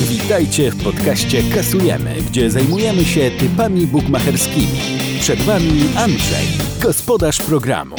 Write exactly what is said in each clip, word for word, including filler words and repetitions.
Witajcie w podcaście Kasujemy, gdzie zajmujemy się typami bukmacherskimi. Przed Wami Andrzej, gospodarz programu.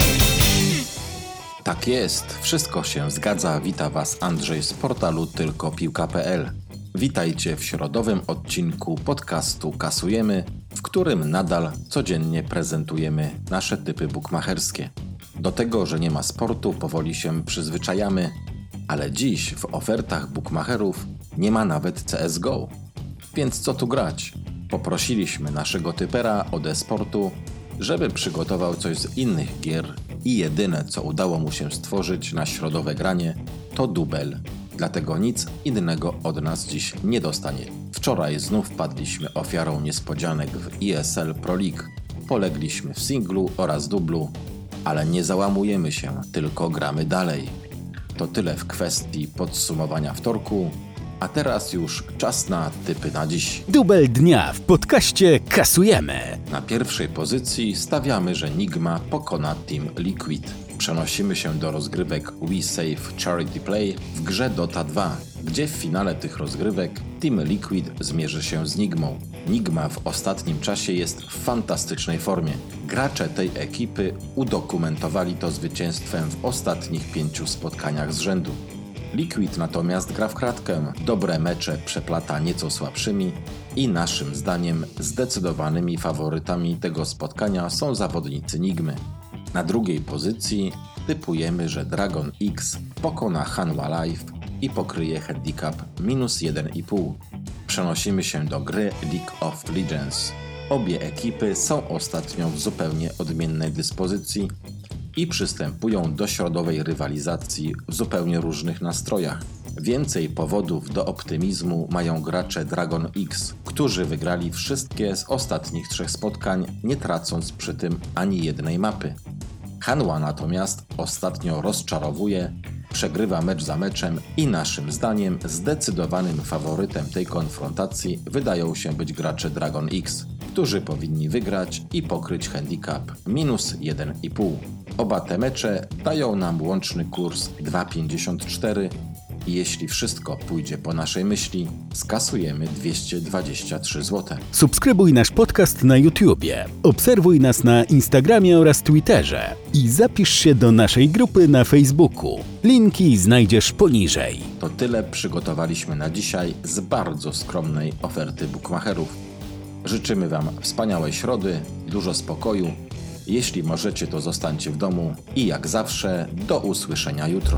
Tak jest, wszystko się zgadza. Wita Was Andrzej z portalu tylko piłka kropka p l. Witajcie w środowym odcinku podcastu Kasujemy, w którym nadal codziennie prezentujemy nasze typy bukmacherskie. Do tego, że nie ma sportu, powoli się przyzwyczajamy, ale dziś w ofertach bukmacherów nie ma nawet C S G O. Więc co tu grać? Poprosiliśmy naszego typera od e-sportu, żeby przygotował coś z innych gier i jedyne, co udało mu się stworzyć na środowe granie, to dubel. Dlatego nic innego od nas dziś nie dostanie. Wczoraj znów padliśmy ofiarą niespodzianek w E S L Pro League. Polegliśmy w singlu oraz dublu, ale nie załamujemy się, tylko gramy dalej. To tyle w kwestii podsumowania wtorku, a teraz już czas na typy na dziś. Dubel dnia w podcaście Kasujemy. Na pierwszej pozycji stawiamy, że Nigma pokona Team Liquid. Przenosimy się do rozgrywek We Save Charity Play w grze Dota dwa, gdzie w finale tych rozgrywek Team Liquid zmierzy się z Nigmą. Nigma w ostatnim czasie jest w fantastycznej formie. Gracze tej ekipy udokumentowali to zwycięstwem w ostatnich pięciu spotkaniach z rzędu. Liquid natomiast gra w kratkę, dobre mecze przeplata nieco słabszymi i naszym zdaniem zdecydowanymi faworytami tego spotkania są zawodnicy Nigmy. Na drugiej pozycji typujemy, że Dragon X pokona Hanwha Life i pokryje handicap minus jeden i pół. Przenosimy się do gry League of Legends. Obie ekipy są ostatnio w zupełnie odmiennej dyspozycji i przystępują do środowej rywalizacji w zupełnie różnych nastrojach. Więcej powodów do optymizmu mają gracze Dragon X, którzy wygrali wszystkie z ostatnich trzech spotkań, nie tracąc przy tym ani jednej mapy. Hanwha natomiast ostatnio rozczarowuje, przegrywa mecz za meczem i naszym zdaniem zdecydowanym faworytem tej konfrontacji wydają się być gracze Dragon X, którzy powinni wygrać i pokryć handicap minus jeden i pół. Oba te mecze dają nam łączny kurs dwa pięćdziesiąt cztery i jeśli wszystko pójdzie po naszej myśli, skasujemy dwieście dwadzieścia trzy złote. Subskrybuj nasz podcast na YouTubie, obserwuj nas na Instagramie oraz Twitterze i zapisz się do naszej grupy na Facebooku. Linki znajdziesz poniżej. To tyle przygotowaliśmy na dzisiaj z bardzo skromnej oferty bukmacherów. Życzymy Wam wspaniałej środy, dużo spokoju. Jeśli możecie, to zostańcie w domu i jak zawsze do usłyszenia jutro.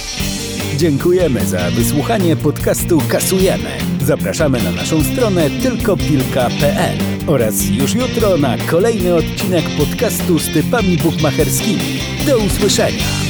Dziękujemy za wysłuchanie podcastu Kasujemy. Zapraszamy na naszą stronę tylko piłka kropka p l oraz już jutro na kolejny odcinek podcastu z typami bukmacherskimi. Do usłyszenia!